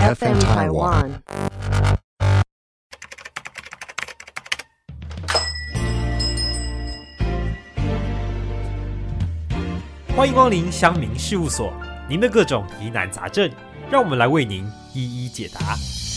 FM Taiwan。 欢迎光临乡民事务所，您的各种疑难杂症，让我们来为您一一解答。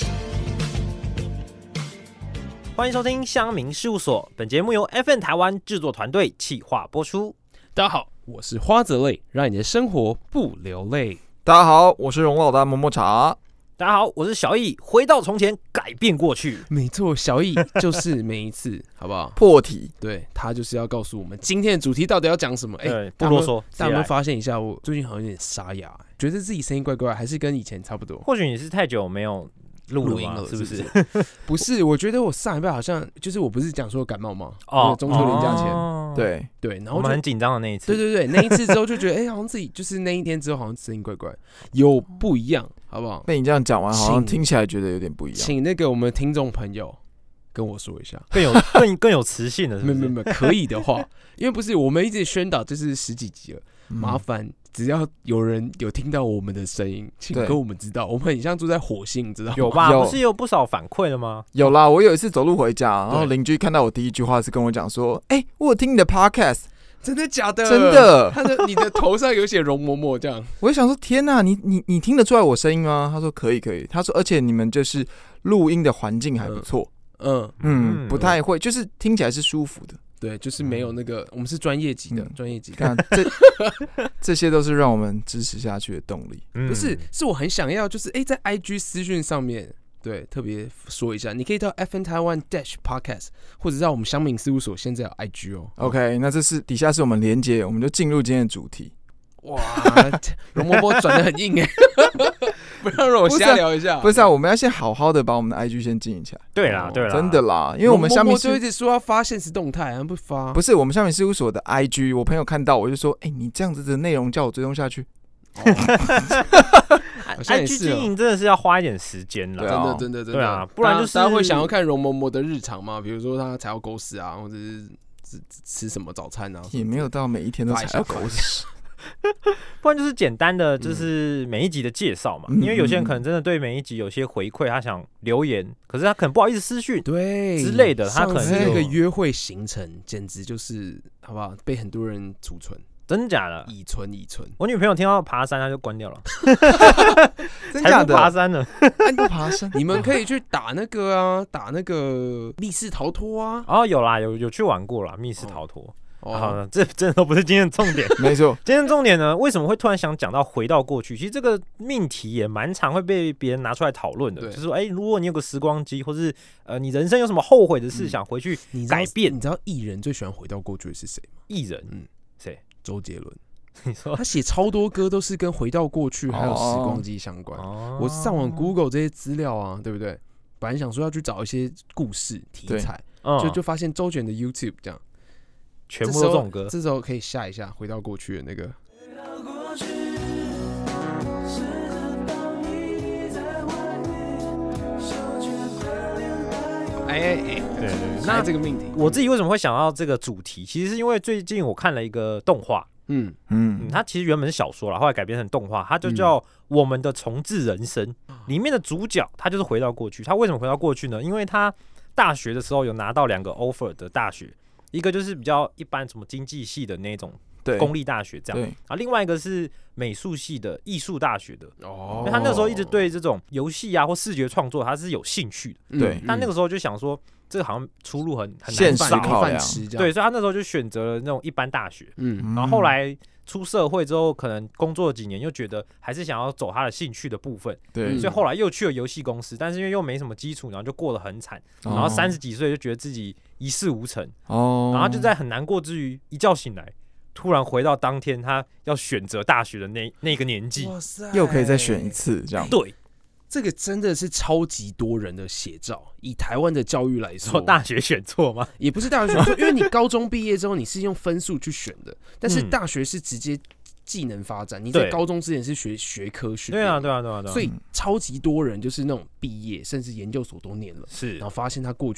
欢迎收听乡民事务所，本节目由 FM 台湾制作团队企划播出。 大家好，我是花泽类，让你的生活不流泪。 大家好，我是荣老大摸摸茶。 大家好，我是小易，回到从前，改变过去。 没错，小易就是每一次，好不好？ 破题， 对，他就是要告诉我们今天的主题到底要讲什么。 对，不啰嗦。 大家有没有发现一下，我最近好像有点沙哑，觉得自己声音怪怪，还是跟以前差不多？ 或许你是太久没有录音了，是不是？ 不是，我觉得我上一拜好像就是我不是讲说感冒吗？ 哦， 中秋连假前，对，然后我们很紧张的那一次， 对，那一次之后就觉得，好像自己就是那一天之后好像声音怪怪，有不一样，好不好？ 被你这样讲完，好像听起来觉得有点不一样。 请那个我们听众朋友跟我说一下， 更有磁性的是不是， 没有，可以的话，因为不是我们一直宣导，就是10几集了，麻烦。只要有人有听到我们的声音，请跟我们知道，我们很像住在火星，你知道吗？ 有吧？不是有不少反馈了吗？ 有啦，我有一次走路回家，然后邻居看到我第一句话是跟我讲说：“我有听你的 podcast。” 真的假的？ 真的。 你的头上有写容嬷嬷这样， 我就想说：“天哪，你听得出来我声音吗？”他说：“可以。”他说：“而且你们就是录音的环境还不错，不太会，就是听起来是舒服的。” 对，就是没有那个，我们是专业级的，专业级的。 看这些都是让我们支持下去的动力。 不是，是我很想要，就是在 IG 私讯上面，对，特别说一下，你可以到 FN Taiwan Dash Podcast， 或者到我们乡民事务所现在有 IG 哦。 OK， 那这是底下是我们连结，我们就进入今天的主题。 哇，容嬷嬷转得很硬不让我瞎聊一下。 不是啊，我们要先好好的把我们的 IG 先经营起来。 对啦， 真的啦，因为我们乡民就一直说要发限时动态，不发。 不是我们乡民事务所的 IG， 我朋友看到我就说，你这样子的内容叫我追踪下去。 IG 经营真的是要花一点时间啦， 真的， 对啊，不然就是大家会想要看容嬷嬷的日常吗？比如说她采药狗屎啊，或者是吃什么早餐啊， 也没有到每一天都采药狗屎。 不然就是简单的，就是每一集的介绍嘛。因为有些人可能真的对每一集有些回馈，他想留言，可是他可能不好意思私讯， 对之类的，他可能那个约会行程简直就是好不好？被很多人储存， 真假的？ 已存。 我女朋友听到爬山，她就关掉了。 真假的？ 爬山了？ 不爬山？ 你们可以去打那个密室逃脱啊。 哦，有啦，有去玩过啦，密室逃脱。好，这真的都不是今天的重点。 没错， 今天的重点呢，为什么会突然想讲到回到过去？其实这个命题也蛮常会被别人拿出来讨论的，就是说，如果你有个时光机，或是你人生有什么后悔的事想回去改变， 你知道艺人最喜欢回到过去的是谁吗？ 艺人，谁？ 周杰伦。 你说他写超多歌都是跟回到过去还有时光机相关。我上网 Google 这些资料啊，对不对？本来想说要去找一些故事题材，就发现周杰伦的 YouTube 这样。 全部都这种歌， 这时候可以下一下回到过去的那个。 对， 那这个命题， 我自己为什么会想到这个主题？其实是因为最近我看了一个动画，它其实原本是小说啦，后来改编成动画，它就叫《我们的重置人生》。里面的主角他就是回到过去，他为什么回到过去呢？因为他大学的时候有拿到2个 offer 的大学。一个就是比较一般，什么经济系的那种公立大学这样，另外一个是美术系的艺术大学的。因为他那时候一直对这种游戏啊或视觉创作他是有兴趣的，但那个时候就想说，这个好像出路很现实考量， 对，所以他那时候就选择了那种一般大学。然后后来出社会之后，可能工作了几年，又觉得还是想要走他的兴趣的部分， 对， 所以后来又去了游戏公司，但是因为又没什么基础，然后就过得很惨，然后30几岁就觉得自己一事无成，然后就在很难过之余，一觉醒来，突然回到当天他要选择大学的那个年纪， 又可以再选一次，这样对。 这个真的是超级多人的写照。以台湾的教育来说， 大学选错吗？ 也不是大学选错，因为你高中毕业之后你是用分数去选的，但是大学是直接技能发展。你在高中之前是学科训练， 对啊， 所以超级多人就是那种毕业甚至研究所都念了， 是， 然后发现他过去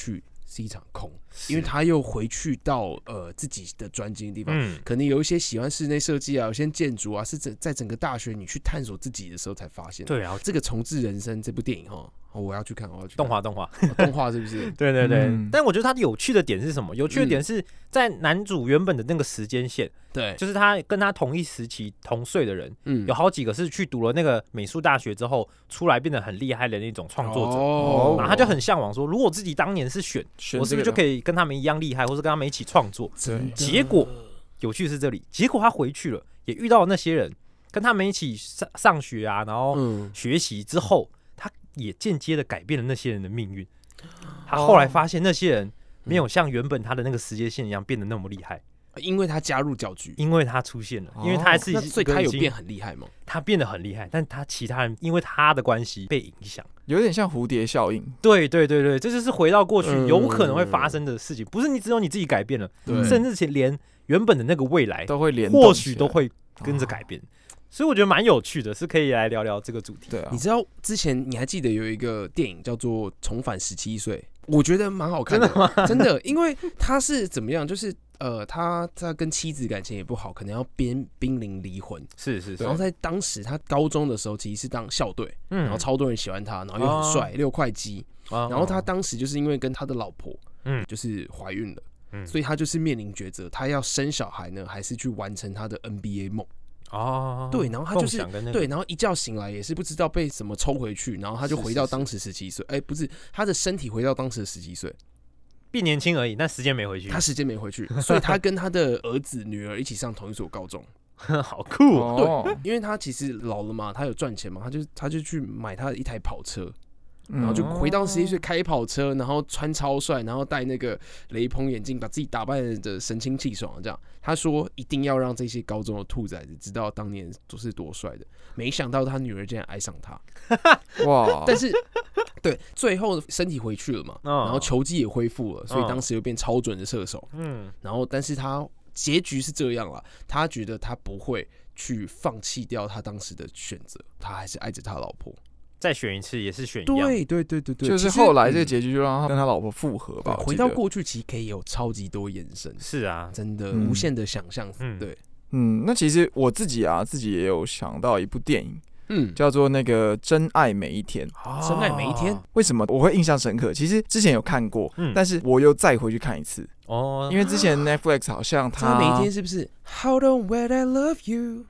是一场空，因为他又回去到自己的专精的地方，可能有一些喜欢室内设计啊，有些建筑啊，是在整个大学你去探索自己的时候才发现。 对啊， 这个重置人生这部电影我要去看， 动画动画是不是？ 对对对。但我觉得它有趣的点是什么？有趣的点是在男主原本的那个时间线， 对， 就是他跟他同一时期同岁的人，有好几个是去读了那个美术大学之后出来变得很厉害的那种创作者，然后他就很向往说，如果自己当年是选我是不是就可以跟他们一样厉害，或是跟他们一起创作？结果有趣是这里，结果他回去了，也遇到了那些人，跟他们一起上学啊，然后学习之后。也间接的改变了那些人的命运。他后来发现那些人没有像原本他的那个时间线一样变得那么厉害， 因为他加入搅局， 因为他出现了，因为他还是所以他有变很厉害吗？ 他变得很厉害，但他其他人因为他的关系被影响， 有点像蝴蝶效应。 对对对对，这就是回到过去有可能会发生的事情，不是你只有你自己改变了，甚至连原本的那个未来都会连， 或许都会跟着改变。所以我觉得蛮有趣的，是可以来聊聊这个主题。 对啊，你知道之前你还记得有一个电影叫做《重返17岁》，我觉得蛮好看的。真的吗？真的，因为他是怎么样，就是他跟妻子感情也不好，可能要濒临离婚。 是。 然后在当时他高中的时候，其实是当校队，然后超多人喜欢他，然后又很帅，6块肌。然后他当时就是因为跟他的老婆，就是怀孕了，所以他就是面临抉择，他要生小孩呢，还是去完成他的 NBA 梦。对，然后他就是对，然后一觉醒来也是不知道被什么抽回去，然后他就回到当时17岁，不是他的身体回到当时的17岁， 变年轻而已，但时间没回去， 他时间没回去，所以他跟他的儿子女儿一起上同一所高中， 好酷哦！对，因为他其实老了嘛，他有赚钱嘛，他就去买他的一台跑车。然后就回到11岁开跑车，然后穿超帅，然后戴那个雷朋眼镜，把自己打扮的神清气爽。这样，他说一定要让这些高中的兔崽子知道当年都是多帅的。没想到他女儿竟然爱上他，哇！但是对，最后身体回去了嘛，然后球技也恢复了，所以当时又变超准的射手。然后但是他结局是这样啦，他觉得他不会去放弃掉他当时的选择，他还是爱着他老婆。 再选一次也是选一样， 对， 就是后来这个结局就让他跟他老婆复合吧。 回到过去其实可以有超级多延伸， 是啊， 真的无限的想象。对， 那其实我自己也有想到一部电影，叫做那个《真爱每一天》。 真爱每一天， 为什么我会印象深刻？其实之前有看过，但是我又再回去看一次。因为之前 Netflix 好像他真爱每一天是不是 ？How long will I love you？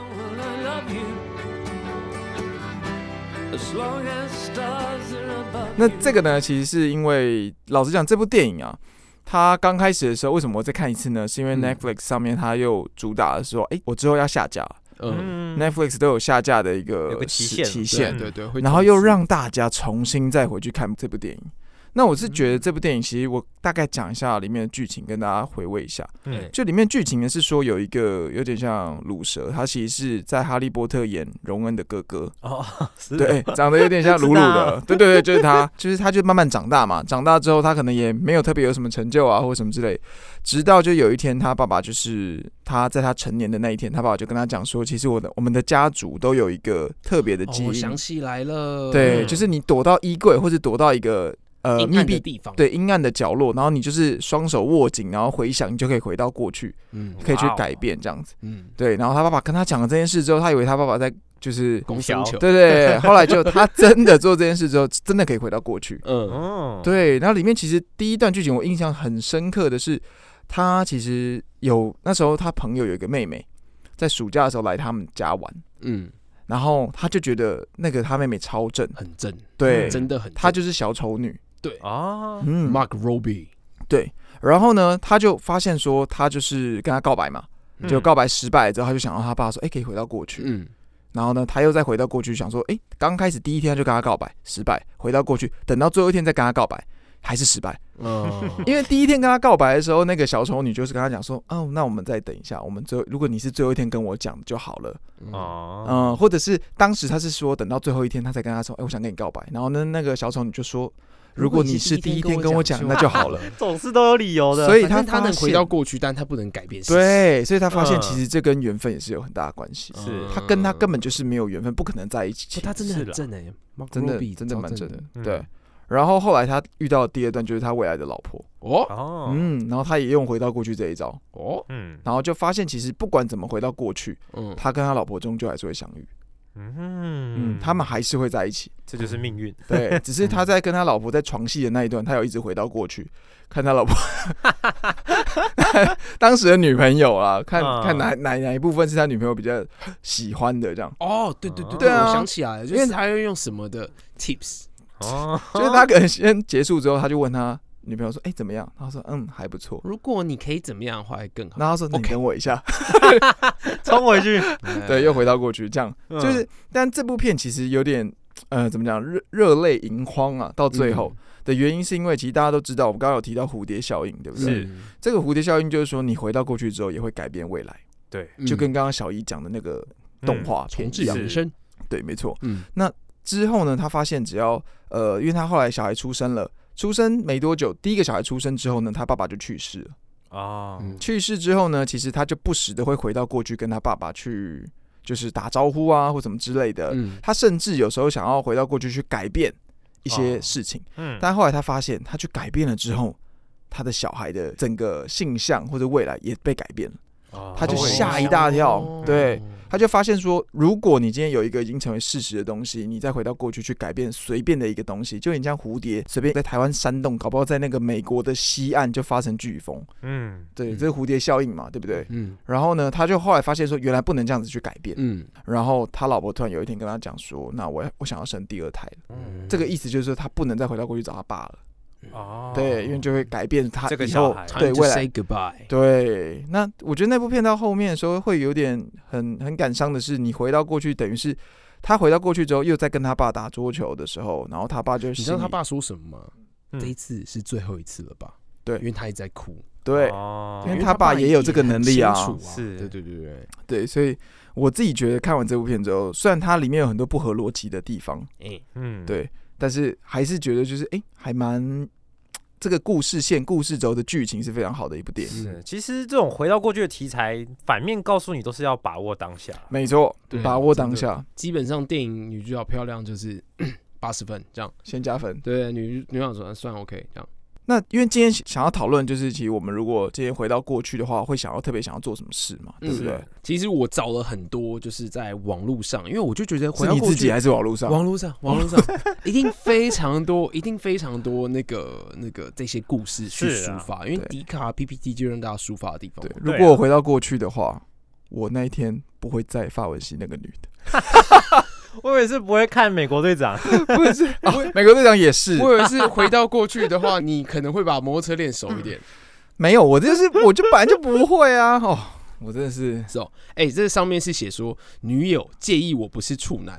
那这个呢，其实是因为老实讲，这部电影啊，它刚开始的时候，为什么我再看一次呢？是因为 Netflix 上面它又主打的说，我之后要下架。Netflix 都有下架的一个期限， 对， 然后又让大家重新再回去看这部电影。那我是觉得这部电影，其实我大概讲一下里面的剧情，跟大家回味一下。就里面剧情呢是说有一个有点像鲁蛇，他其实是在哈利波特演荣恩的哥哥。对，长得有点像鲁鲁的。对，就是他，他就慢慢长大嘛。长大之后，他可能也没有特别有什么成就啊，或什么之类。直到就有一天，他爸爸就是他在他成年的那一天，他爸爸就跟他讲说，其实我们的家族都有一个特别的基因。 我想起来了。 对，就是你躲到衣柜或者躲到一个。 阴暗的地方， 对，阴暗的角落，然后你就是双手握紧，然后回想，你就可以回到过去，可以去改变这样子，对。然后他爸爸跟他讲了这件事之后，他以为他爸爸在就是公司球， 对，后来就他真的做这件事之后，真的可以回到过去，对。然后里面其实第一段剧情我印象很深刻的是，他其实那时候他朋友有一个妹妹，在暑假的时候来他们家玩，然后他就觉得那个他妹妹超正， 很正， 对， 真的很正， 她就是小丑女。 对啊，Mark Robbie， 对，然后呢，他就发现说，他就是跟他告白嘛，就告白失败之后，他就想到他爸说，可以回到过去，然后呢，他又再回到过去，想说，刚开始第一天他就跟他告白失败，回到过去，等到最后一天再跟他告白，还是失败，因为第一天跟他告白的时候，那个小丑女就是跟他讲说，那我们再等一下，如果你是最后一天跟我讲就好了，或者是当时他是说等到最后一天他才跟他说，我想跟你告白，然后呢，那个小丑女就说，如果你是第一天跟我讲，那就好了。 总是都有理由的， 所以他能回到过去，但他不能改变事实。 对，所以他发现其实这跟缘分也是有很大的关系。 是他跟他根本就是没有缘分，不可能在一起。 他真的很正真的蛮正的。对， 然后后来他遇到的第二段就是他未来的老婆然后他也用回到过去这一招然后就发现其实不管怎么回到过去他跟他老婆终究还是会相遇他们还是会在一起， 这就是命运。 对，只是他在跟他老婆在床戏的那一段，他有一直回到过去，看他老婆当时的女朋友啊，看哪一部分是他女朋友比较喜欢的这样。 对，我想起来了，就是他要用什么的 tips， 就是他可能先结束之后，他就问他女朋友说：“怎么样？”他说：“还不错。 如果你可以怎么样的话，会更好。” 然后他说：“你等我一下， 冲回去。” 对，又回到过去，这样就是。但这部片其实有点怎么讲，热泪盈眶啊！到最后的原因是因为其实大家都知道，我们刚刚有提到蝴蝶效应，对不对？这个蝴蝶效应就是说，你回到过去之后也会改变未来。 对， 就跟刚刚小姨讲的那个动画片一样。 对，没错。那之后呢，他发现只要因为他后来小孩出生没多久，第一个小孩出生之后呢，他爸爸就去世了。去世之后呢，其实他就不时的会回到过去跟他爸爸去，就是打招呼啊，或什么之类的。他甚至有时候想要回到过去去改变一些事情。但后来他发现，他去改变了之后，他的小孩的整个性向或者未来也被改变了。他就吓一大跳。对。他就发现说，如果你今天有一个已经成为事实的东西，你再回到过去去改变随便的一个东西，就你像蝴蝶随便在台湾煽动，搞不好在那个美国的西岸就发生飓风。对，这是蝴蝶效应嘛，对不对？然后呢，他就后来发现说，原来不能这样子去改变。然后他老婆突然有一天跟他讲说，那我想要生第二胎了。这个意思就是说，他不能再回到过去找他爸了。对，因为就会改变他这个小孩对未来。 say goodbye。 对，那我觉得那部片到后面的时候会有点很感伤的是，你回到过去，等于是他回到过去之后，又在跟他爸打桌球的时候，然后他爸就你知道他爸说什么吗？这一次是最后一次了吧？ 对， 因为他一直在哭。 对，因为他爸也有这个能力啊。 是， 对，所以我自己觉得看完这部片之后，虽然它里面有很多不合逻辑的地方，对，但是还是觉得就是还蛮。这个故事线、故事轴的剧情是非常好的一部电影。 其实这种回到过去的题材，反面告诉你都是要把握当下。 没错，把握当下。 基本上电影女主角漂亮就是80分这样， 先加分。 对，女主角算 OK 这样。 那因为今天想要讨论，就是其实我们如果今天回到过去的话，会特别想要做什么事嘛，对不对？ 其实我找了很多，就是在网络上，因为我就觉得回到过去， 是你自己还是网络上？ 网络上一定非常多那个这些故事去抒发，因为迪卡 PPT 就让大家抒发的地方。 对，如果我回到过去的话，我那一天不会再法文系那个女的。 我以为是不会看美国队长， 不是美国队长也是。 我以为是回到过去的话，你可能会把摩托车练熟一点。 没有，我就本来就不会啊。我真的是这上面是写说女友介意我不是处男。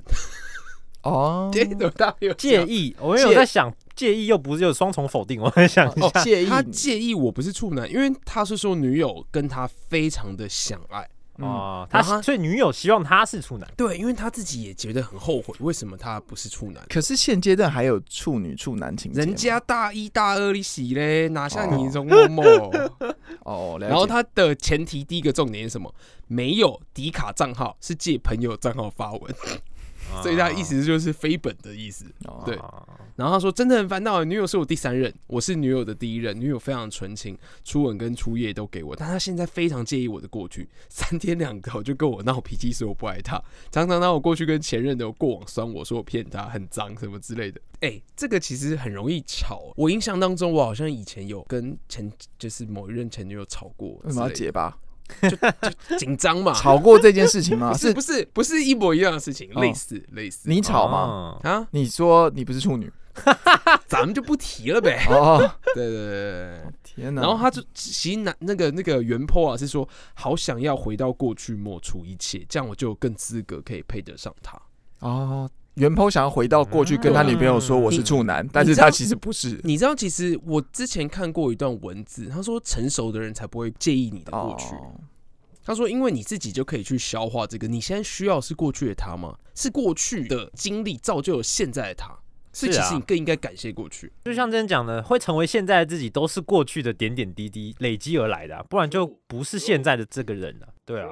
介意，我有在想，介意又不是有双重否定，我在想一下， 他介意我不是处男，因为他是说女友跟他非常的相爱。 所以女友希望他是处男， 对，因为他自己也觉得很后悔，为什么他不是处男？ 可是现阶段还有处女处男情节， 人家大一大二你洗嘞，哪像你容嬷嬷然后他的前提第一个重点是什么？没有迪卡账号，是借朋友账号发文。所以他的意思就是非本的意思，对。然后他说：“真的很烦恼，女友是我第3任，我是女友的第1任，女友非常纯情，初吻跟初夜都给我，但她现在非常介意我的过去，3天2头就跟我闹脾气，说我不爱她，常常拿我过去跟前任的过往酸我，说我骗她，很脏什么之类的。这个其实很容易吵。我印象当中，我好像以前有跟就是某一任前女友吵过， 为什么要结巴？” 就紧张嘛， 吵过这件事情吗？ 不是一模一样的事情，类似。 你吵吗？你说你不是处女， 咱们就不提了呗。对，天哪！然后他就其实那个原 po 啊是说，好想要回到过去抹除一切，这样我就有更资格可以配得上他。 原 po 想要回到过去跟他女朋友说我是处男，但是他其实不是。 你知道，其实我之前看过一段文字，他说成熟的人才不会介意你的过去。他说，因为你自己就可以去消化这个。你现在需要是过去的他吗？是过去的经历造就了现在的他。所以其实你更应该感谢过去。 就像之前讲的，会成为现在的自己，都是过去的点点滴滴累积而来的，不然就不是现在的这个人了。对啊。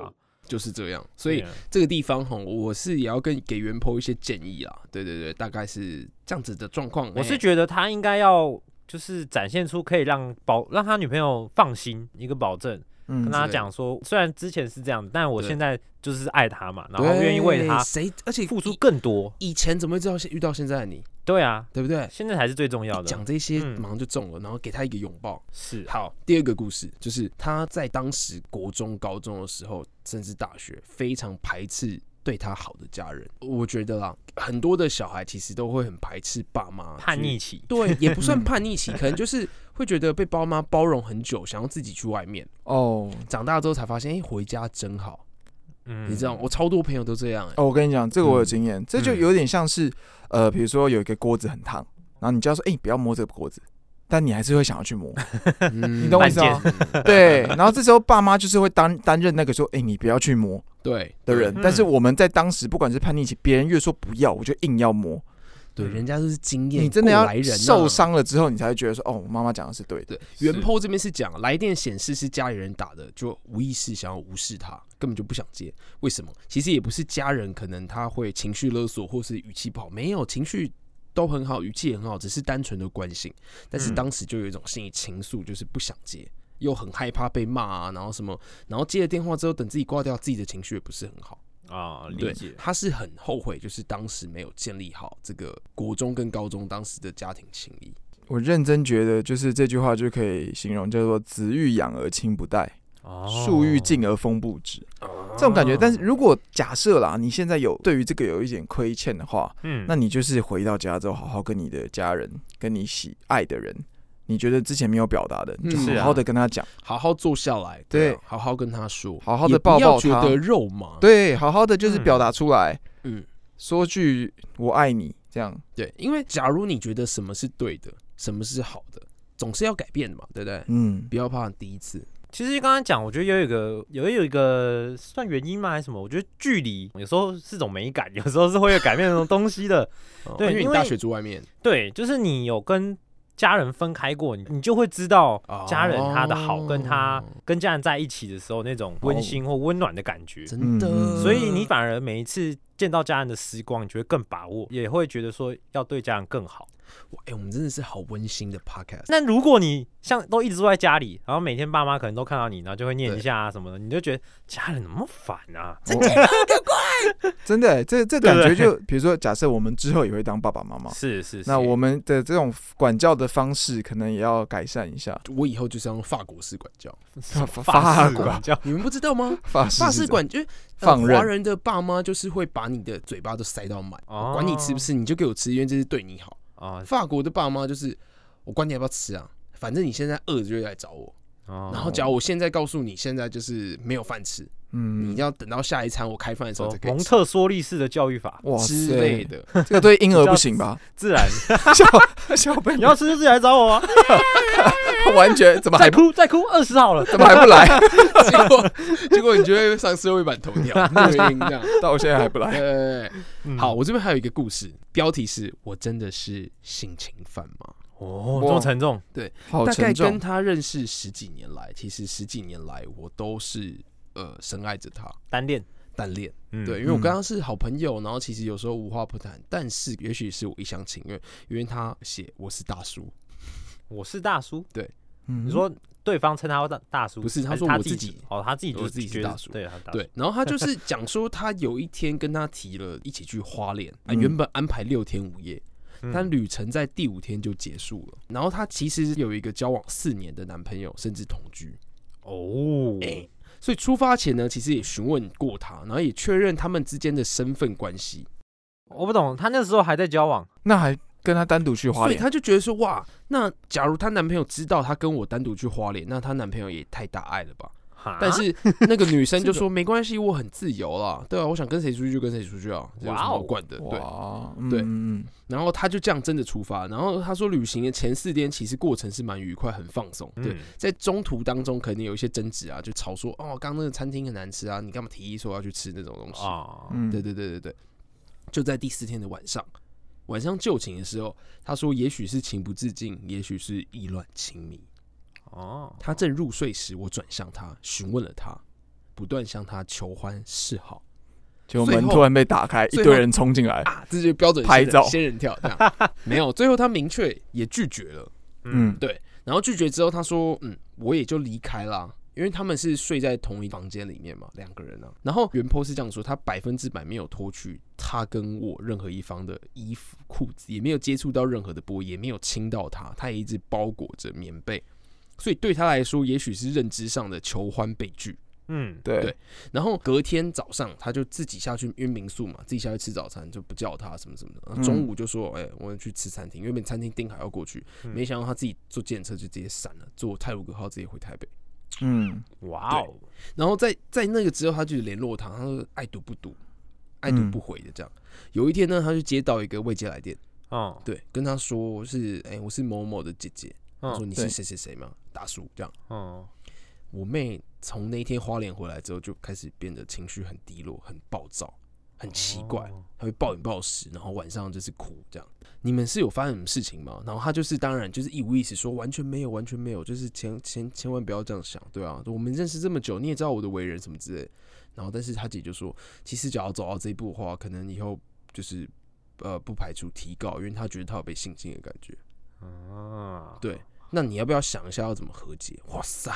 就是这样。所以这个地方我是也要给原 po 一些建议啦。对对对，大概是这样子的状况。 我是觉得他应该要就是展现出可以让他女朋友放心一个保证。跟他讲说，虽然之前是这样，但我现在就是爱他嘛，然后愿意为他而且付出更多。 以前怎么会知道遇到现在的你？ 对啊， 对不对？ 现在才是最重要的。 讲这些马上就中了，然后给他一个拥抱。 是好，第二个故事就是他在当时国中、高中的时候，甚至大学，非常排斥对他好的家人。我觉得啦，很多的小孩其实都会很排斥爸妈， 叛逆期。 对，也不算叛逆期，可能就是会觉得被爸妈包容很久，想要自己去外面。长大之后才发现，回家真好。你知道，我超多朋友都这样。 我跟你讲，这个我有经验，这就有点像是比如说有一个锅子很烫，然后你就要说，不要摸这个锅子。但你还是会想要去摸，你懂我意思吗？对，然后这时候爸妈就是会担任那个说，你不要去摸的人。但是我们在当时不管是叛逆期，别人越说不要，我就硬要摸。 对，人家就是经验， 你真的要受伤了之后，你才会觉得说，我妈妈讲的是对的。 原 po 这边是讲来电显示是家里人打的，就无意识想要无视他，根本就不想接。为什么？其实也不是家人，可能他会情绪勒索或是语气不好，没有情绪。都很好，语气也很好，只是单纯的关心。但是当时就有一种心理情愫，就是不想接，又很害怕被骂啊，然后什么，然后接了电话之后，等自己挂掉，自己的情绪也不是很好啊。理解， 他是很后悔，就是当时没有建立好这个国中跟高中当时的家庭情谊。 我认真觉得，就是这句话就可以形容，叫做子欲养而亲不待。树欲静而风不止，这种感觉。但是如果假设啦，你现在对于这个有一点亏欠的话，那你就是回到家之后，好好跟你的家人、跟你喜爱的人，你觉得之前没有表达的，你就好好的跟他讲， 好好坐下来，对，好好跟他说， 好好的抱抱他， 不要觉得肉麻， 对，好好的就是表达出来，说句我爱你，这样。 对，因为假如你觉得什么是对的，什么是好的，总是要改变的嘛，对不对？不要怕第一次。 其实刚才讲，我觉得有一个算原因吗？还是什么？我觉得距离有时候是种美感，有时候是会有改变那种东西的。 对，因为你大学住外面， 对，就是你有跟家人分开过，你就会知道家人他的好，跟他跟家人在一起的时候那种温馨或温暖的感觉。 真的， 所以你反而每一次见到家人的时光，你就会更把握，也会觉得说要对家人更好。 我们真的是好温馨的 podcast。 那如果你像都一直住在家里，然后每天爸妈可能都看到你，然后就会念一下啊什么的，你就觉得家人怎么烦啊？ 真的怪， 真的，这感觉就比如说，假设我们之后也会当爸爸妈妈， 是， 那我们的这种管教的方式可能也要改善一下。 我以后就是要用法国式管教， 法式管教， 你们不知道吗？法式管就是华人的爸妈就是会把你的嘴巴都塞到满，管你吃不吃，你就给我吃，因为这是对你好。法国的爸妈就是我管你要不要吃啊，反正你现在饿着就会来找我。然后假如我现在告诉你现在就是没有饭吃，你要等到下一餐我开饭的时候才可以吃。 蒙特梭利式的教育法之类的， 这个对婴儿不行吧？ 自然小朋友你要吃就自己来找我啊！ 完全怎么还哭再哭20号了， 怎么还不来？ 结果你就会上社会版头条， 到我现在还不来。 对，好，我这边还有一个故事，标题是我真的是性侵犯吗？ 这么沉重。 对，大概跟他认识10几年来，其实10几年来我都是深爱着他，单恋。对，因为我跟他是好朋友，然后其实有时候无话不谈，但是也许是我一厢情愿，因为他写我是大叔，对， 你说对方称他大叔， 不是，他说我自己， 他自己我自己是大叔， 对， 对，然后他就是讲说他有一天跟他提了一起去花莲，原本安排6天5夜。但旅程在第5天就结束了，然后他其实有一个交往4年的男朋友，甚至同居。所以出发前呢，其实也询问过他，然后也确认他们之间的身份关系。 我不懂，他那时候还在交往， 那还跟他单独去花莲， 所以他就觉得说，哇，那假如她男朋友知道他跟我单独去花莲，那她男朋友也太大爱了吧？但是那个女生就说没关系，我很自由啦，对啊，我想跟谁出去就跟谁出去啊，这有什么好管的？对，然后他就这样真的出发，然后他说旅行的前4天其实过程是蛮愉快，很放松。对，在中途当中可能有一些争执啊，就吵说刚那个餐厅很难吃啊，你干嘛提议说要去吃那种东西？对，就在第4天的晚上就寝的时候，他说也许是情不自禁，也许是意乱情迷。他正入睡时，我转向他，询问了他：“ 不断向他求欢示好。 结果门突然被打开，一堆人冲进来啊！这就是标准拍照仙人跳这样。没有，最后他明确也拒绝了。对。然后拒绝之后，他说：“我也就离开啦。”因为他们是睡在同一房间里面嘛，2个人啊。然后原 po 是这样说：他100%没有脱去他跟我任何一方的衣服、裤子，也没有接触到任何的波，也没有亲到他，他也一直包裹着棉被。所以对他来说，也许是认知上的求欢被拒。对。然后隔天早上，他就自己下去，因为民宿嘛，自己下去吃早餐，就不叫他什么什么的。然后中午就说：“我要去吃餐厅，因为原本餐厅订好要过去，没想到他自己坐计程车就直接闪了，坐太鲁阁号直接回台北。” 哇哦！ 然后在那个之后，他就联络他，他说爱读不读，爱读不回的这样。有一天呢，他就接到一个未接来电，对，跟他说我是某某的姐姐，他说你是谁谁谁吗？大叔这样。我妹从那一天花莲回来之后，就开始变得情绪很低落，很暴躁，很奇怪，她会暴饮暴食，然后晚上就是哭这样。你们是有发生什么事情吗？然后他就是当然就是一五一十说完全没有，完全没有，就是千万不要这样想，对啊，我们认识这么久，你也知道我的为人什么之类的。然后但是他姐就说，其实只要走到这一步的话，可能以后就是不排除提告，因为他觉得他有被性侵的感觉。对，那你要不要想一下要怎么和解？哇塞！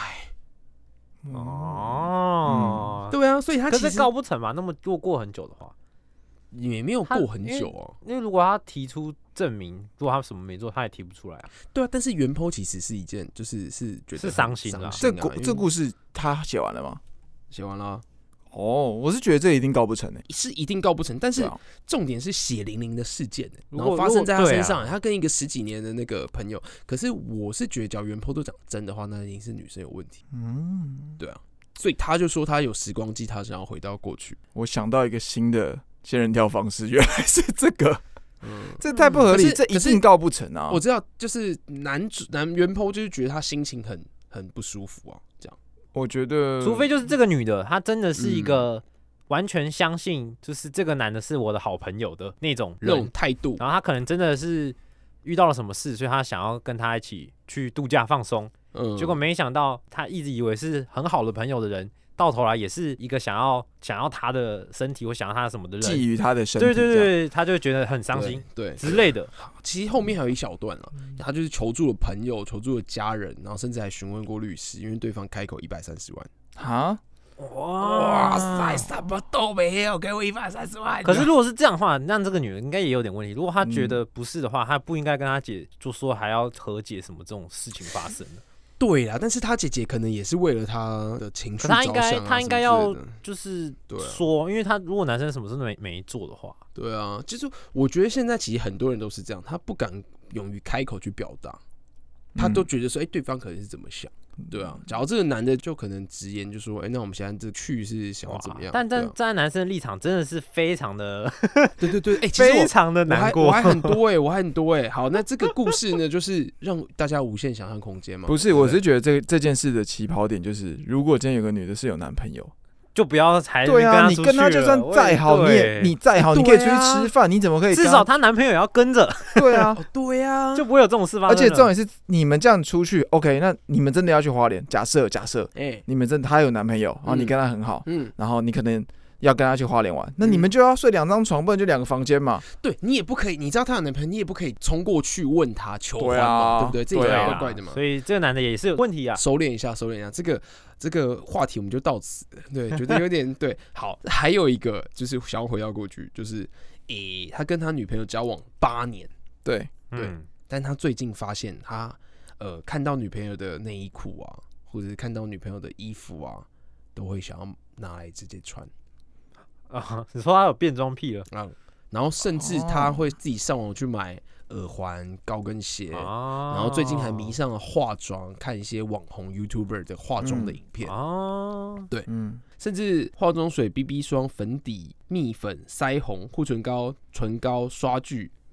对啊，所以他其实可是告不成嘛，那么过很久的话， 也没有过很久啊。 因为如果他提出证明，如果他什么没做，他也提不出来啊。 对啊，但是原 po 其实是一件，是觉得是伤心啦。 这故事他写完了吗？ 写完了。 我是觉得这一定告不成是一定告不成。但是重点是血淋淋的事件，然后发生在他身上，他跟一个10几年的那个朋友。可是我是觉得，假如原 po 都讲真的话，那一定是女生有问题。对啊，所以他就说他有时光机，他想要回到过去。 我想到一个新的仙人跳方式，原来是这个。这太不合理，这一定告不成啊！ 我知道，就是男原 po 就是觉得他心情很不舒服啊，这样。 我觉得， 除非就是这个女的，她真的是一个完全相信，就是这个男的是我的好朋友的那种态度， 然后她可能真的是遇到了什么事，所以她想要跟他一起去度假放松，结果没想到她一直以为是很好的朋友的人，到头来也是一个想要他的身体或想要他什么的人， 觊觎他的身体， 对，他就会觉得很伤心，对之类的。 其实后面还有一小段了，他就是求助了朋友，求助了家人，然后甚至还询问过律师，因为对方开口130万。 哈， 哇塞，什么都没有，给我130万。 可是如果是这样的话，那这个女人应该也有点问题。如果她觉得不是的话，她不应该跟她姐就说还要和解什么这种事情发生的。 对啦，但是他姐姐可能也是为了他的情绪着想他应该要就是说，因为他如果男生什么事都没做的话， 对啊，就是我觉得现在其实很多人都是这样，他不敢勇于开口去表达，他都觉得说，对方可能是怎么想，对啊。假如这个男的就可能直言就说，那我们现在这去是想要怎么样？ 但站在男生的立场，真的是非常的， 对， 非常的难过。 我还很多好，那这个故事呢，就是让大家无限想象空间嘛。 不是，我是觉得这件事的起跑点就是，如果今天有个女的是有男朋友。 就不要才对啊，你跟他就算再好，你再好，你可以出去吃饭，你怎么可以？ 至少她男朋友也要跟着。 对啊， 对啊， 就不会有这种事发生。 而且重点是，你们这样出去 ，OK， 那你们真的要去花莲？假设，你们真的她有男朋友，然后你跟她很好，然后你可能要跟她去花莲玩，那你们就要睡2张床，不然就2个房间嘛。 对你也不可以，你知道她有男朋友，你也不可以冲过去问她求欢嘛，对不对？这也怪怪的嘛。 所以这个男的也是有问题啊。 收敛一下，这个话题我们就到此。对，觉得有点对。好，还有一个就是想要回到过去，就是他跟他女朋友交往8年，对，但他最近发现他看到女朋友的内衣裤啊，或者是看到女朋友的衣服啊，都会想要拿来直接穿。 你说他有变装癖了然后甚至他会自己上网去买耳环、高跟鞋，然后最近还迷上了化妆，看一些网红 YouTuber 的化妆的影片。对，甚至化妆水、BB 霜、粉底、蜜粉、腮红、护唇膏、唇膏、刷具、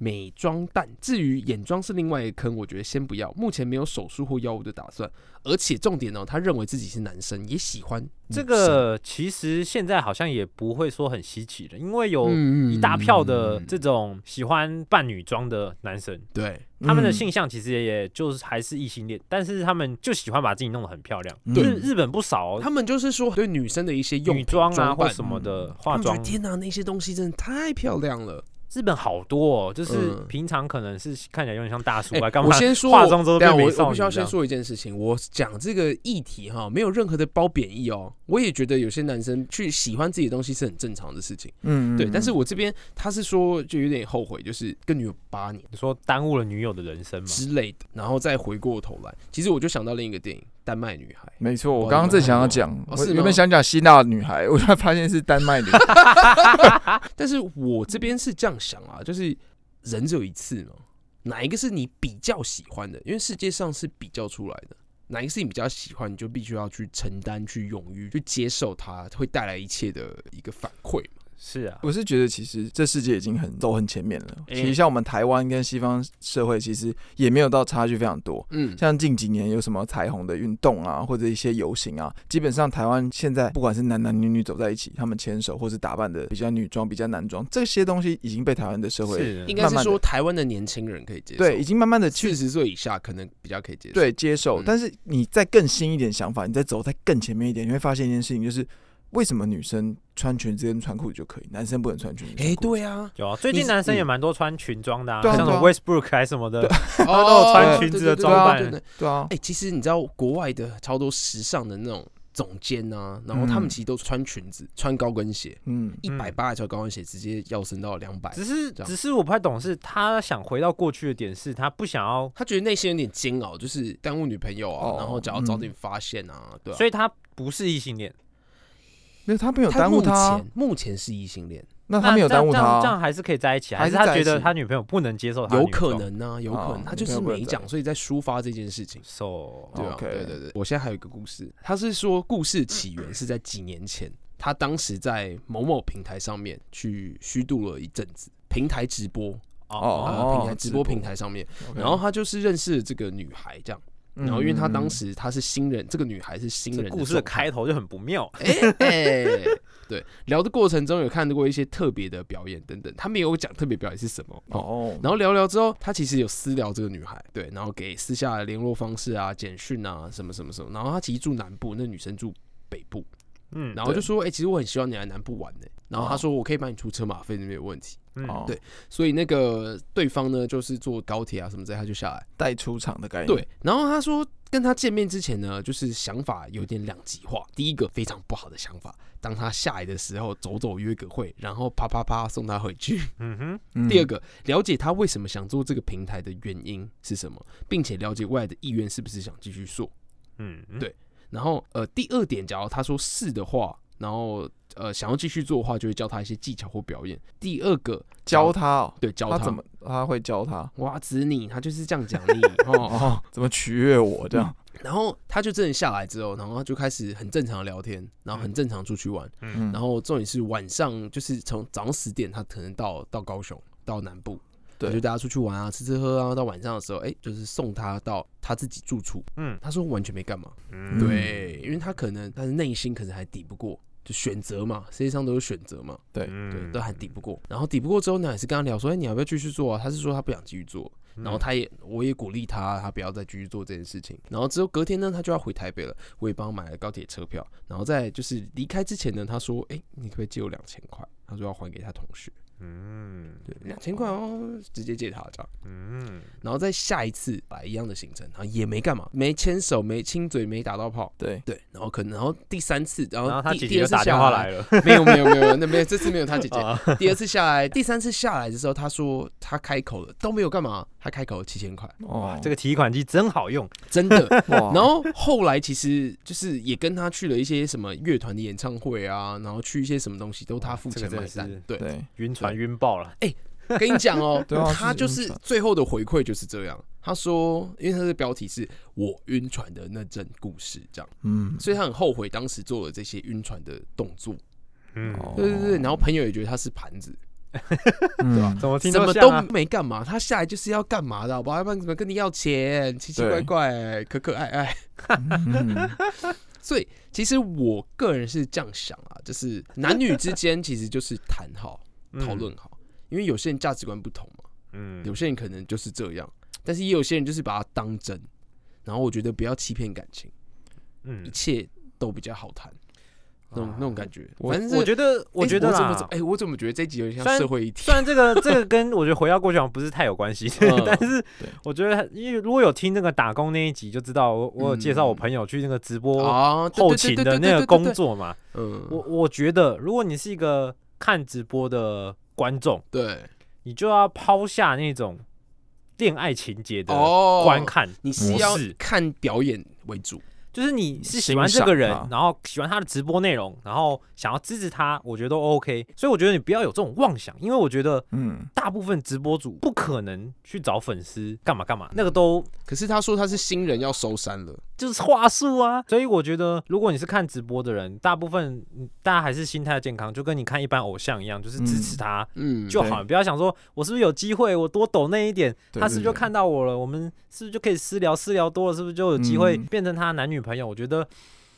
美妆蛋。至于眼妆是另外一个坑，我觉得先不要，目前没有手术或药物的打算。而且重点他认为自己是男生，也喜欢这个。其实现在好像也不会说很稀奇了，因为有一大票的这种喜欢扮女装的男生， 对， 他们的性向其实也就是还是异性恋，但是他们就喜欢把自己弄得很漂亮。 对， 日本不少他们就是说对女生的一些用女装啊或什么的化妆， 天哪，那些东西真的太漂亮了。 日本好多就是平常可能是看起来有点像大叔啊，干嘛？ 我先说化妆之后变美少女。 我必须要先说一件事情，我讲这个议题没有任何的褒贬义我也觉得有些男生去喜欢自己的东西是很正常的事情，对。但是我这边他是说就有点后悔，就是跟女友8年， 你说耽误了女友的人生吗之类的，然后再回过头来，其实我就想到另一个电影《丹麦女孩》。 没错，我刚刚正想要讲，我原本想讲希腊女孩，我突然发现是丹麦女孩。 但是我这边是这样想啊，就是人只有一次嘛，哪一个是你比较喜欢的？因为世界上是比较出来的，哪一个是你比较喜欢，你就必须要去承担、去勇于、去接受它会带来一切的一个反馈嘛。 是啊， 我是觉得其实这世界已经走很前面了。其实像我们台湾跟西方社会，其实也没有到差距非常多。像近几年有什么彩虹的运动啊，或者一些游行啊，基本上台湾现在不管是男男女女走在一起，他们牵手或是打扮的比较女装、比较男装，这些东西已经被台湾的社会应该是说台湾的年轻人可以接受， 对，已经慢慢的 40岁以下可能比较可以接受， 对，接受。但是你再更新一点想法，你再走在更前面一点，你会发现一件事情，就是为什么女生穿裙子跟穿裤子就可以，男生不能穿裙子？ 对啊， 有啊，最近男生也蛮多穿裙装的啊， 像什么 Westbrook 还是什么的，他都有穿裙子的装扮。 对啊，其实你知道国外的超多时尚的那种总监啊，然后他们其实都穿裙子、穿高跟鞋，180条高跟鞋直接要升到200。 只是我不太懂，是他想回到过去的点，是他不想要， 他觉得内心有点煎熬，就是耽误女朋友啊，然后只要早点发现啊，对啊， 所以他不是异性恋。 没有，他没有耽误他。 目前是异性恋， 那他没有耽误他， 这样还是可以在一起，还是他觉得他女朋友不能接受他？ 有可能啊，有可能，他就是没讲，所以在抒发这件事情。 对啊，对。我现在还有一个故事，他是说故事起源是在几年前，他当时在某某平台上面去虚度了一阵子，平台直播直播平台上面，然后他就是认识了这个女孩这样。然后，因为他当时他是新人，这个女孩是新人， 故事的开头就很不妙。 对，聊的过程中有看过一些特别的表演等等，他没有讲特别表演是什么然后聊之后，他其实有私聊这个女孩，对，然后给私下的联络方式啊、简讯啊什么什么什么。然后他其实住南部，那女生住北部，然后就说，其实我很希望你来南部玩呢。然后他说，我可以帮你出车马费，那没有问题。对，所以那个对方呢，就是坐高铁啊什么之类，他就下来带出场的概念。 对，然后他说跟他见面之前呢，就是想法有点两极化。第一个非常不好的想法，当他下来的时候，走约个会，然后啪啪啪送他回去。第二个，了解他为什么想做这个平台的原因是什么，并且了解未来的意愿是不是想继续做。对。然后第二点，假如他说是的话，然后想要继续做的话，就会教他一些技巧或表演。第二个教他， 对，教他怎么他会教他？ 哇，子你，他就是这样讲你怎么取悦我这样？ 然后他就真的下来之后，然后他就开始很正常的聊天，然后很正常出去玩。然后重点是晚上就是从早上10点，他可能到高雄，到南部。对，就大家出去玩啊，吃吃喝啊，到晚上的时候，就是送他到他自己住处。他说完全没干嘛。对，因为他可能他的内心可能还抵不过，就选择嘛，世界上都有选择嘛。对，都还抵不过。然后抵不过之后呢，也是跟他聊说，你要不要继续做啊？他是说他不想继续做。然后我也鼓励他不要再继续做这件事情。然后之后隔天呢，他就要回台北了，我也帮他买了高铁车票。然后在就是离开之前呢，他说，你可不可以借我2000块？他说要还给他同学。对，2000块直接借他这样。然后再下一次来一样的行程，然后也没干嘛，没牵手，没亲嘴，没打到炮。对，然后第3次，然后他姐姐第二次打电话来了， 没有，这次没有他姐姐。第2次下来，第3次下来的时候，他说他开口了，都没有干嘛，他开口了7000块。 哇，这个提款机真好用， 真的。然后后来其实就是也跟他去了一些什么乐团的演唱会啊，然后去一些什么东西都他付钱买单。对， 晕船晕爆了。 跟你讲他就是最后的回馈就是这样。他说，因为他的标题是我晕船的那阵故事，这样，所以他很后悔当时做了这些晕船的动作。对。然后朋友也觉得他是盘子。 对吧？ 怎么听什么都没干嘛，他下来就是要干嘛的，好不好？要不然怎么跟你要钱，奇奇怪怪，可可爱爱。所以其实我个人是这样想啊，就是男女之间其实就是谈好、讨论好，因为有些人价值观不同嘛，有些人可能就是这样，但是也有些人就是把它当真，然后我觉得不要欺骗感情，一切都比较好谈。那种感觉，反正我觉得啦， 我怎么觉得这一集有点像社会议题？ 虽然这个跟我觉得回到过去好像不是太有关系，但是我觉得，因为如果有听那个打工那一集，就知道我有介绍我朋友去那个直播后勤的那个工作嘛。我觉得，如果你是一个看直播的观众， 对， 你就要抛下那种恋爱情节的观看， 你是要看表演为主。 就是你是喜欢这个人，然后喜欢他的直播内容，然后想要支持他，我觉得都 OK。所以我觉得你不要有这种妄想，因为我觉得，大部分直播主不可能去找粉丝干嘛干嘛，那个都。 可是他说他是新人要收山了， 就是话术啊。所以我觉得，如果你是看直播的人，大部分大家还是心态健康，就跟你看一般偶像一样，就是支持他就好。不要想说我是不是有机会，我多抖那一点，他是不是就看到我了？我们是不是就可以私聊多了，是不是就有机会变成他男女朋友？我觉得，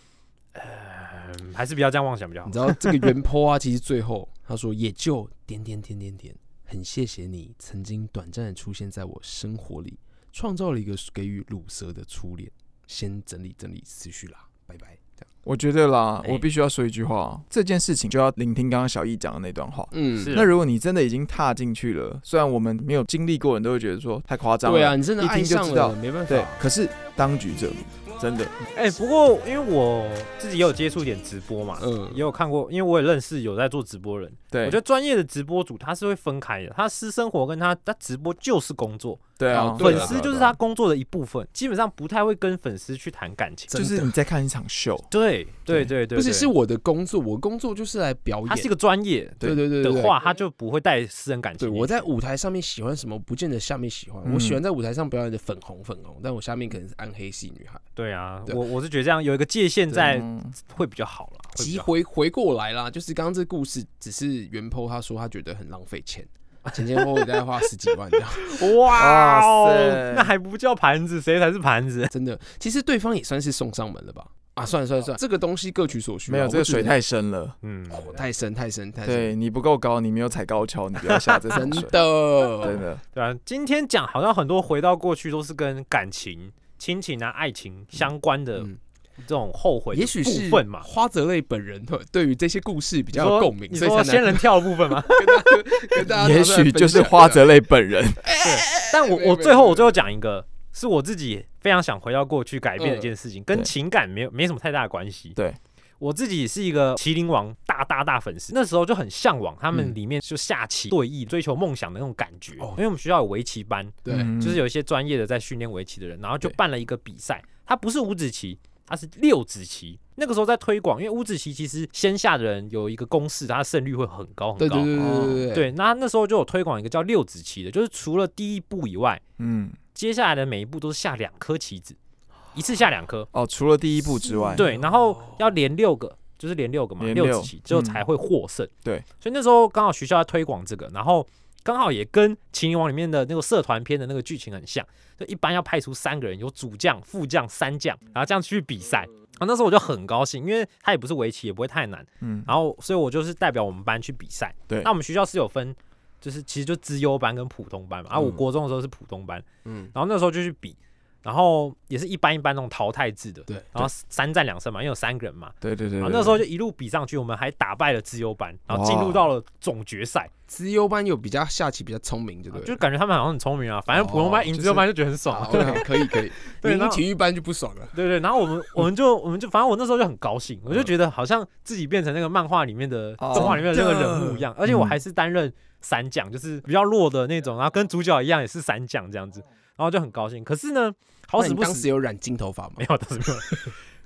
还是不要这样妄想比较好。 你知道这个原 po 啊，其实最后他说也就很谢谢你曾经短暂的出现在我生活里，创造了一个给予乳蛇的初恋。先整理思绪啦，拜拜。 我觉得啦，我必须要说一句话，这件事情就要聆听刚刚小易讲的那段话。那如果你真的已经踏进去了，虽然我们没有经历过，人都会觉得说太夸张了。 对啊，你真的爱上了，没办法。 对，可是当局者迷。真的， 不过因为我自己也有接触一点直播嘛，也有看过，因为我也认识有在做直播人。对，我觉得专业的直播主他是会分开的，他私生活跟他直播就是工作。 对啊， 粉丝就是他工作的一部分，基本上不太会跟粉丝去谈感情， 就是你在看一场秀。 对， 不是我的工作，我工作就是来表演。 他是一个专业，对的话，他就不会带私人感情。 对，我在舞台上面喜欢什么，不见得下面喜欢。我喜欢在舞台上表演的粉红，但我下面可能是暗黑系女孩。 对啊，我是觉得这样有一个界限在会比较好了。 回过来啦，就是刚刚这个故事只是原 po 他说他觉得很浪费钱。前后大概花10几万这样， 哇塞，那还不叫盘子，谁才是盘子？ 真的，其实对方也算是送上门了吧？啊，算了，这个东西各取所需。 没有，这个水太深了， 太深。 对你不够高，你没有踩高跷，你不要下这层水。真的， 对啊。今天讲好像很多回到过去都是跟感情、亲情啊、爱情相关的。这种后悔的部分嘛， 花泽类本人对于这些故事比较有共鸣。 你说仙人跳的部分吗？ 跟大家也许就是花泽类本人。 对，但我最后讲一个，是我自己非常想回到过去改变的一件事情，跟情感没什么太大的关系。 对， 我自己是一个麒麟王大粉丝，那时候就很向往他们里面就下棋对弈、追求梦想的那种感觉。因为我们学校有围棋班，对，就是有一些专业的在训练围棋的人，然后就办了一个比赛，它不是五子棋。它是6子棋，那个时候在推广，因为五子棋其实先下的人有一个公式，它的胜率会很高很高。对，那时候就有推广一个叫6子棋的，就是除了第一步以外，接下来的每一步都是下2颗棋子，一次下2颗。 除了第一步之外， 对，然后要连6个，就是连6个嘛，6子棋之后才会获胜。 对， 所以那时候刚好学校在推广这个，然后刚好也跟《麒麟王》里面的那个社团篇的那个剧情很像，就一般要派出3个人，有主将、副将、3将，然后这样去比赛。然后那时候我就很高兴，因为它也不是围棋，也不会太难。然后所以我就是代表我们班去比赛。对，那我们学校是有分，就是其实就资优班跟普通班嘛。我国中的时候是普通班，然后那时候就去比。然后也是一般那种淘汰制的，对，然后3战2胜嘛，因为有3个人嘛， 对。 然后那时候就一路比上去，我们还打败了资优班，然后进入到了总决赛。 资优班有比较下棋比较聪明，对不对？ 就感觉他们好像很聪明啊，反正普通班赢资优班就觉得很爽。 可以，赢体育班就不爽了。 对，然后我们就反正我那时候就很高兴，我就觉得好像自己变成那个漫画里面的动画里面的那个人物一样，而且我还是担任3将，就是比较弱的那种，然后跟主角一样也是3将这样子。然后就很高兴，可是呢，好死不死， 当时有染金头发吗？ 没有，当时没有。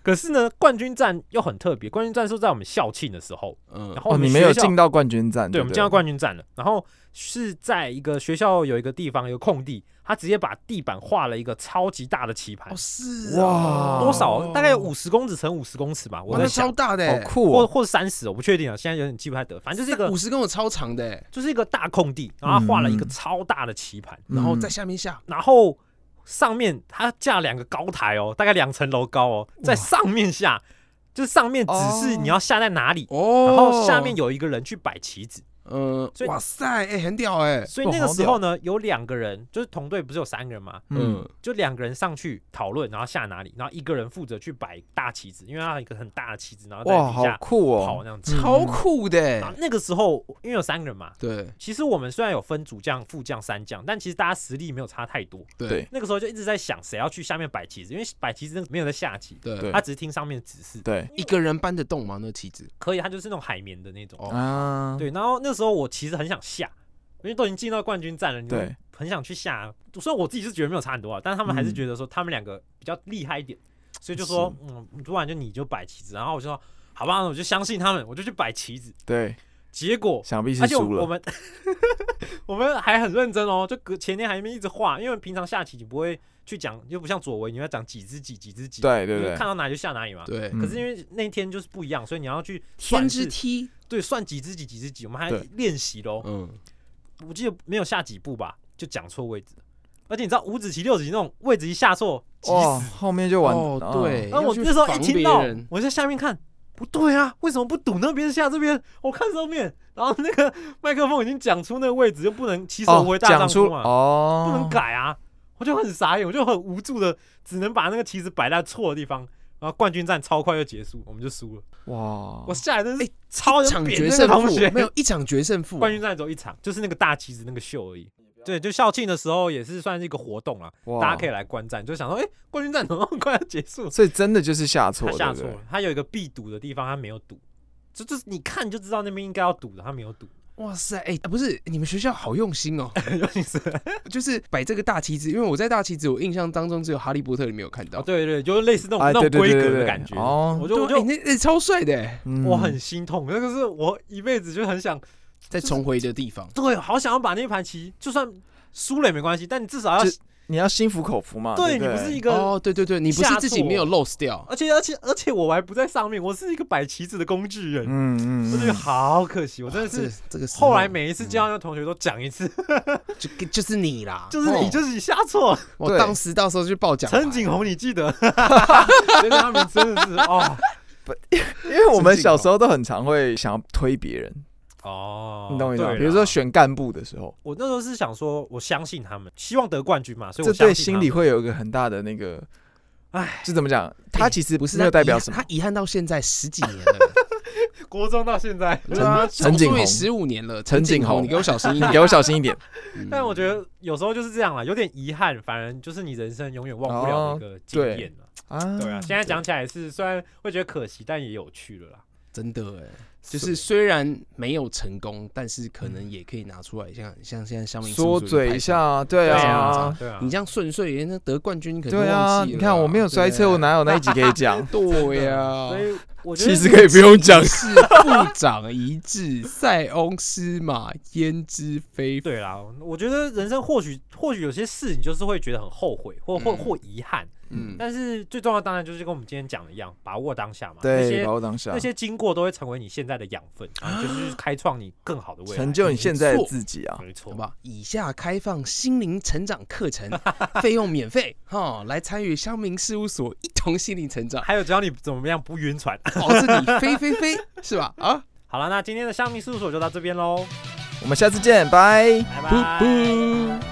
可是呢，冠军战又很特别，冠军战是在我们校庆的时候，然后你没有进到冠军战， 对，我们进到冠军战了，然后是在一个学校有一个地方有空地，他直接把地板画了一个超级大的棋盘， 是哇， 多少？大概有50公尺乘50公尺吧，我在想， 超大的， 好酷哦， 或者30，我不确定啊，现在有点记不太得，反正就是一个 50公尺超长的， 就是一个大空地，然后他画了一个超大的棋盘， 然后在下面下， 然后上面他架2个高台哦，大概2层楼高哦，在上面下，就是上面只是你要下在哪里，然后下面有一个人去摆棋子。 哇塞，很屌哎！ 所以那个时候呢，有2个人，就是同队不是有3个人吗？就2个人上去讨论，然后下哪里，然后1个人负责去摆大棋子，因为他有一个很大的棋子，然后在底下跑那样子， 超酷的。 那个时候因为有3个人嘛， 对， 其实我们虽然有分主将、副将、3将，但其实大家实力没有差太多。 对， 那个时候就一直在想谁要去下面摆棋子，因为摆棋子没有在下棋， 对， 他只是听上面的指示。 对， 一个人搬得动吗？那棋子可以，他就是那种海绵的那种。对，然后那时候我其实很想下，因为都已经进到冠军战了，你很想去下。虽然我自己是觉得没有差很多啊，但他们还是觉得说他们2个比较厉害一点，所以就说不然就你就摆棋子，然后我就说好吧，我就相信他们，我就去摆棋子。 对， 结果想必是输了。 我们还很认真哦，就前天还一直画，因为平常下棋你不会去讲，又不像左为你要讲几只几几只几， 对对对， 看到哪里就下哪里嘛。 对。 可是因为那天就是不一样，所以你要去天之梯， 对，算几只几几只几，我们还练习咯。我记得没有下几步吧，就讲错位置。而且你知道5子棋6子棋那种位置一下错， 哇，后面就完。 对。 然后我那时候一听到，我在下面看，不对啊，为什么不赌那边下这边？我看上面，然后那个麦克风已经讲出那个位置，就不能起手回大丈夫嘛，不能改啊。我就很傻眼，我就很无助的，只能把那个棋子摆在错的地方。然后冠军战超快就结束，我们就输了。哇！我下来真是超场决胜负，没有1场决胜负。 冠军战只有1场，就是那个大棋子那个秀而已。对，就校庆的时候也是算是一个活动啦，大家可以来观战。就想说，冠军战怎么那么快要结束？ 所以真的就是下错了， 他下错了。他有一个必赌的地方，他没有赌，就是你看就知道那边应该要赌的，他没有赌。 哇塞，不是你们学校好用心哦，就是摆这个大棋子，因为我在大棋子，我印象当中只有《哈利波特》里面有看到。 对对，就是类似那种规格的感觉。我就那超帅的， 我很心痛，那个是我一辈子就很想再重回的地方。 对，好想要把那盘棋，就算输了也没关系，但你至少要。 你要心服口服嘛？ 对，你不是一个对，你不是自己没有 lose 掉， 而且我还不在上面，我是一个摆棋子的工具人。我觉得好可惜，我真的是这个。 后来每一次教那同学都讲一次， 就是你啦， 就是你下错。 我当时到时候就报奖。 陈景宏，你记得？他们真的是因为我们小时候都很常会想要推别人。你懂我意思吗？比如说选干部的时候， 我那时候是想说，我相信他们，希望得冠军嘛，所以这对心里会有一个很大的那个，就怎么讲？他其实不是没有代表什么， 他遗憾到现在10几年了， 国中到现在， 陈景宏 15年了， 陈景宏， 你给我小心一点， 你给我小心一点。 但我觉得有时候就是这样啦，有点遗憾，反而就是你人生永远忘不了的一个经验了。对啊，现在讲起来是虽然会觉得可惜，但也有趣了啦。 真的就是虽然没有成功，但是可能也可以拿出来，像现在乡民说嘴一下，对啊， 你这样顺遂，那得冠军可能忘记了。 你看我没有摔车，我哪有那一集可以讲？ 对呀， 所以我觉得其实可以不用讲。 是部长一致，塞翁失马焉知非福。 对啦，我觉得人生或许有些事你就是会觉得很后悔，或遗憾。但是最重要的当然就是跟我们今天讲的一样，把握当下嘛。 对，把握当下， 那些经过都会成为你现在的养分，就是开创你更好的未来， 成就你现在的自己啊。 没错， 好吧。以下开放心灵成长课程，费用免费来参与乡民事务所一同心灵成长， 还有教你怎么样不晕船， 保持你飞，是吧？ 好了，那今天的乡民事务所就到这边喽， 我们下次见，拜拜。